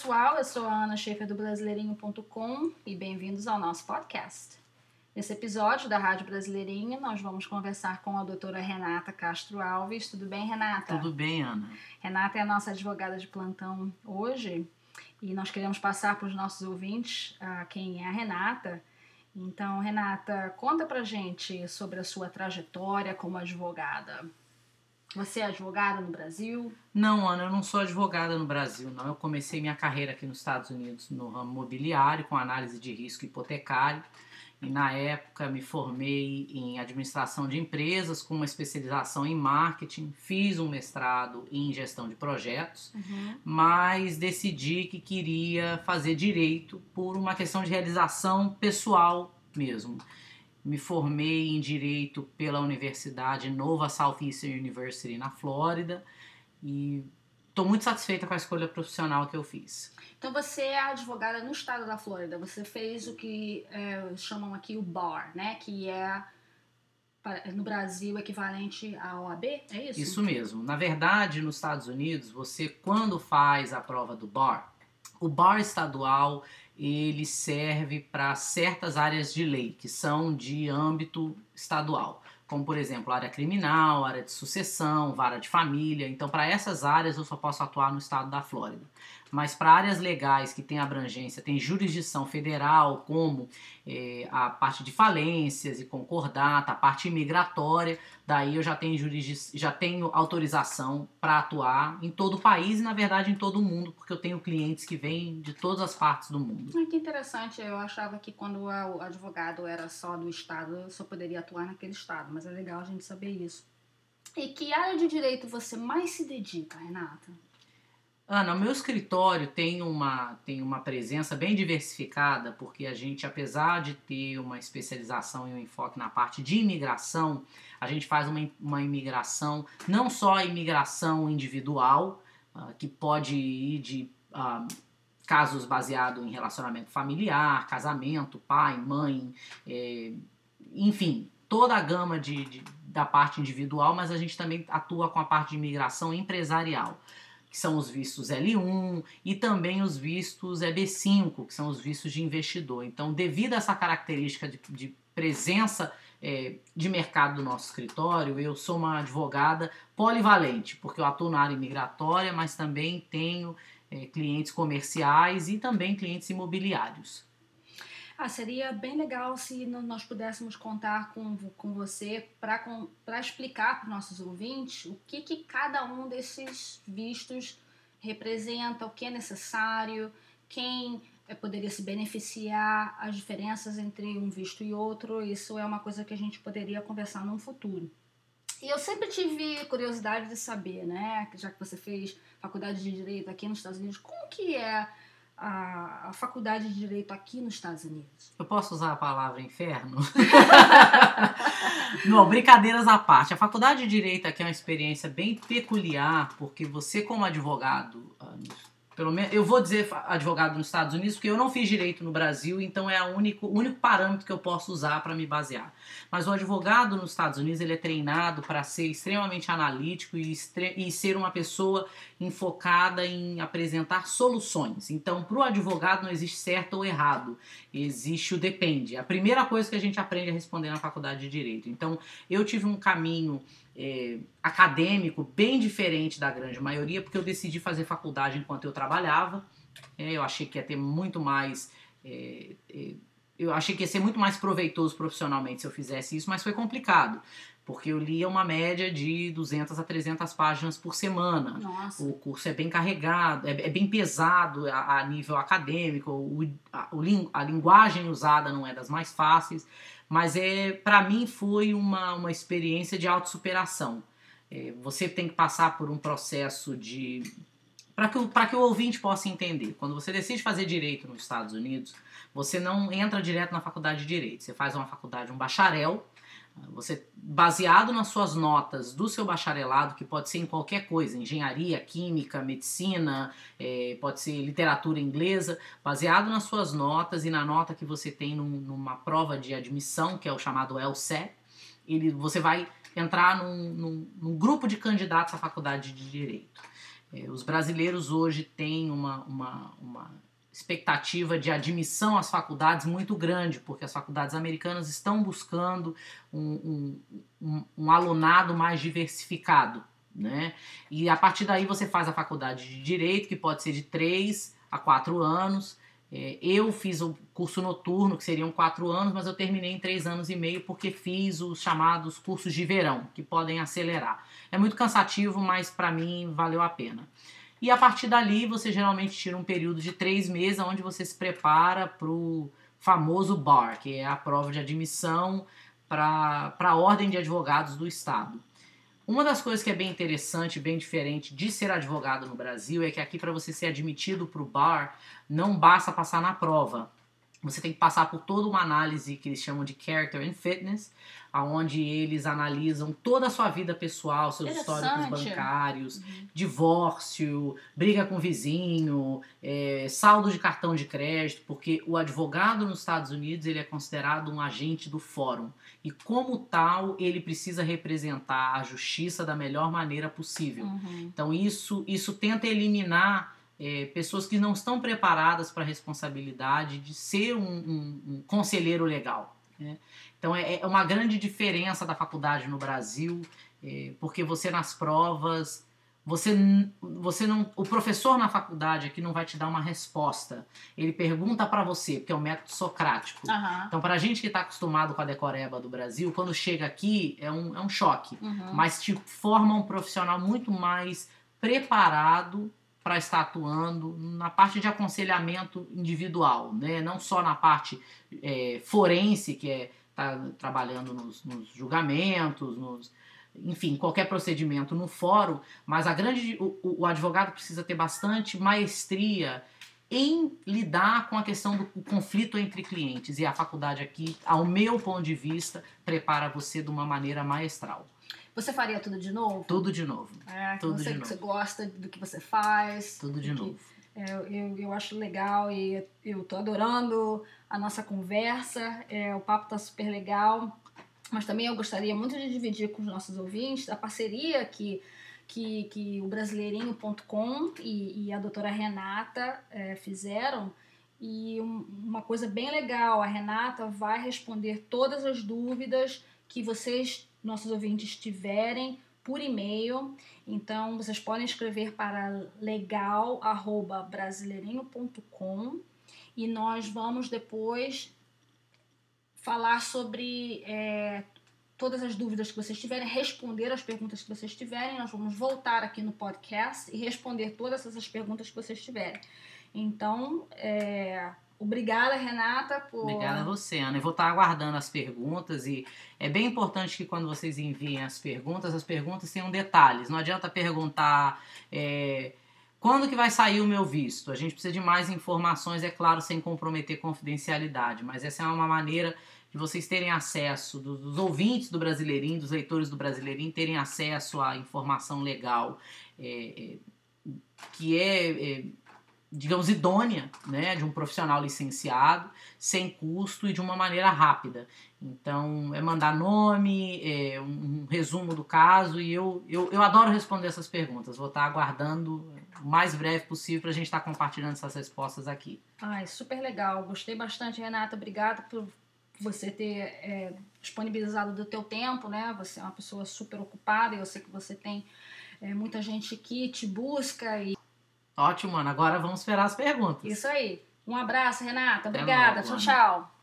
pessoal, eu sou a Ana Schaefer do Brasileirinho.com e bem-vindos ao nosso podcast. Nesse episódio da Rádio Brasileirinho, nós vamos conversar com a doutora Renata Castro Alves. Tudo bem, Renata? Tudo bem, Ana. Renata é a nossa advogada de plantão hoje e nós queremos passar para os nossos ouvintes quem é a Renata. Então, Renata, conta pra gente sobre a sua trajetória como advogada. Você é advogada no Brasil? Não, Ana, eu não sou advogada no Brasil, não. Eu comecei minha carreira aqui nos Estados Unidos no ramo imobiliário, com análise de risco hipotecário. E na época me formei em administração de empresas, com uma especialização em marketing. Fiz um mestrado em gestão de projetos, mas decidi que queria fazer direito por uma questão de realização pessoal mesmo. Me formei em Direito pela Universidade Nova Southeastern University na Flórida e estou muito satisfeita com a escolha profissional que eu fiz. Então você é advogada no estado da Flórida, você fez o que chamam aqui o BAR, né? Que é no Brasil equivalente à OAB, é isso? Isso mesmo. Na verdade, nos Estados Unidos, você quando faz a prova do BAR, o BAR estadual ele serve para certas áreas de lei que são de âmbito estadual, como por exemplo área criminal, área de sucessão, vara de família. Então para essas áreas eu só posso atuar no estado da Flórida. Mas para áreas legais que têm abrangência, tem jurisdição federal, como a parte de falências e concordata, a parte imigratória, daí eu já tenho autorização para atuar em todo o país e, na verdade, em todo o mundo, porque eu tenho clientes que vêm de todas as partes do mundo. Que interessante, eu achava que quando o advogado era só do estado, eu só poderia atuar naquele estado, mas é legal a gente saber isso. E que área de direito você mais se dedica, Renata? Ana, o meu escritório tem uma presença bem diversificada, porque a gente, apesar de ter uma especialização e um enfoque na parte de imigração, a gente faz uma imigração, não só a imigração individual, que pode ir de casos baseados em relacionamento familiar, casamento, pai, mãe, enfim, toda a gama da parte individual, mas a gente também atua com a parte de imigração empresarial, que são os vistos L1 e também os vistos EB5, que são os vistos de investidor. Então, devido a essa característica de presença de mercado do nosso escritório, eu sou uma advogada polivalente, porque eu atuo na área migratória, mas também tenho clientes comerciais e também clientes imobiliários. Seria bem legal se nós pudéssemos contar com você para explicar para os nossos ouvintes o que cada um desses vistos representa, o que é necessário, quem poderia se beneficiar, as diferenças entre um visto e outro. Isso é uma coisa que a gente poderia conversar no futuro. E eu sempre tive curiosidade de saber, né, já que você fez faculdade de Direito aqui nos Estados Unidos, como que é a faculdade de Direito aqui nos Estados Unidos? Eu posso usar a palavra inferno? Não, brincadeiras à parte. A faculdade de Direito aqui é uma experiência bem peculiar, porque você como advogado, pelo menos eu vou dizer advogado nos Estados Unidos, porque eu não fiz direito no Brasil, então é o único parâmetro que eu posso usar para me basear. Mas o advogado nos Estados Unidos ele é treinado para ser extremamente analítico e ser uma pessoa enfocada em apresentar soluções. Então, para o advogado não existe certo ou errado, existe o depende. A primeira coisa que a gente aprende a responder na faculdade de Direito. Então, eu tive um caminho acadêmico bem diferente da grande maioria, porque eu decidi fazer faculdade enquanto eu trabalhava. Eu achei que ia ter muito mais... eu achei que ia ser muito mais proveitoso profissionalmente se eu fizesse isso, mas foi complicado, porque eu lia uma média de 200 a 300 páginas por semana. Nossa. O curso é bem carregado, é bem pesado a nível acadêmico, a linguagem usada não é das mais fáceis, mas para mim foi uma experiência de autossuperação. Você tem que passar por um processo para que o ouvinte possa entender. Quando você decide fazer direito nos Estados Unidos, você não entra direto na faculdade de Direito. Você faz uma faculdade, um bacharel, você, baseado nas suas notas do seu bacharelado, que pode ser em qualquer coisa, engenharia, química, medicina, pode ser literatura inglesa, baseado nas suas notas e na nota que você tem numa prova de admissão, que é o chamado LSAT, você vai entrar num grupo de candidatos à faculdade de Direito. Os brasileiros hoje têm uma expectativa de admissão às faculdades muito grande, porque as faculdades americanas estão buscando um alunado mais diversificado, né? E a partir daí você faz a faculdade de Direito, que pode ser de 3 a 4 anos. Eu fiz o curso noturno, que seriam 4 anos, mas eu terminei em 3 anos e meio, porque fiz os chamados cursos de verão, que podem acelerar. É muito cansativo, mas para mim valeu a pena. E a partir dali você geralmente tira um período de 3 meses, onde você se prepara para o famoso bar, que é a prova de admissão para a Ordem de Advogados do Estado. Uma das coisas que é bem interessante, bem diferente de ser advogado no Brasil, é que aqui, para você ser admitido para o bar, não basta passar na prova. Você tem que passar por toda uma análise que eles chamam de Character and Fitness, onde eles analisam toda a sua vida pessoal, seus históricos bancários, divórcio, briga com o vizinho, saldo de cartão de crédito, porque o advogado nos Estados Unidos ele é considerado um agente do fórum. E como tal, ele precisa representar a justiça da melhor maneira possível. Então isso tenta eliminar pessoas que não estão preparadas para a responsabilidade de ser um conselheiro legal, né? Então é uma grande diferença da faculdade no Brasil, porque você nas provas, você não, o professor na faculdade aqui não vai te dar uma resposta. Ele pergunta para você, porque é um método socrático. Então, para a gente que está acostumado com a decoreba do Brasil, quando chega aqui é um choque, mas te forma um profissional muito mais preparado para estar atuando na parte de aconselhamento individual, né? Não só na parte forense, que tá trabalhando nos julgamentos, enfim, qualquer procedimento no fórum, mas o advogado precisa ter bastante maestria em lidar com a questão do conflito entre clientes, e a faculdade aqui, ao meu ponto de vista, prepara você de uma maneira maestral. Você faria tudo de novo? Tudo de novo. Tudo de novo. Você gosta do que você faz. Tudo de novo. Eu acho legal e eu tô adorando a nossa conversa. O papo tá super legal. Mas também eu gostaria muito de dividir com os nossos ouvintes a parceria que o Brasileirinho.com e a doutora Renata fizeram. E uma coisa bem legal, a Renata vai responder todas as dúvidas que vocês, nossos ouvintes, tiverem por e-mail. Então, vocês podem escrever para legal@brasileirinho.com e nós vamos depois falar sobre todas as dúvidas que vocês tiverem, responder as perguntas que vocês tiverem. Nós vamos voltar aqui no podcast e responder todas essas perguntas que vocês tiverem. Então, obrigada, Renata. Obrigada a você, Ana. Eu vou estar aguardando as perguntas e é bem importante que quando vocês enviem as perguntas tenham detalhes. Não adianta perguntar quando que vai sair o meu visto. A gente precisa de mais informações, é claro, sem comprometer confidencialidade, mas essa é uma maneira de vocês terem acesso, dos ouvintes do Brasileirinho, dos leitores do Brasileirinho, terem acesso à informação legal, que digamos, idônea, né, de um profissional licenciado, sem custo e de uma maneira rápida. Então, mandar nome, um resumo do caso, e eu adoro responder essas perguntas. Vou estar aguardando o mais breve possível para a gente estar compartilhando essas respostas aqui. Super legal. Gostei bastante, Renata. Obrigada por você ter disponibilizado do teu tempo, né? Você é uma pessoa super ocupada e eu sei que você tem muita gente que te busca e Ótimo, Ana. Agora vamos esperar as perguntas. Isso aí. Um abraço, Renata. Obrigada. Tchau, tchau.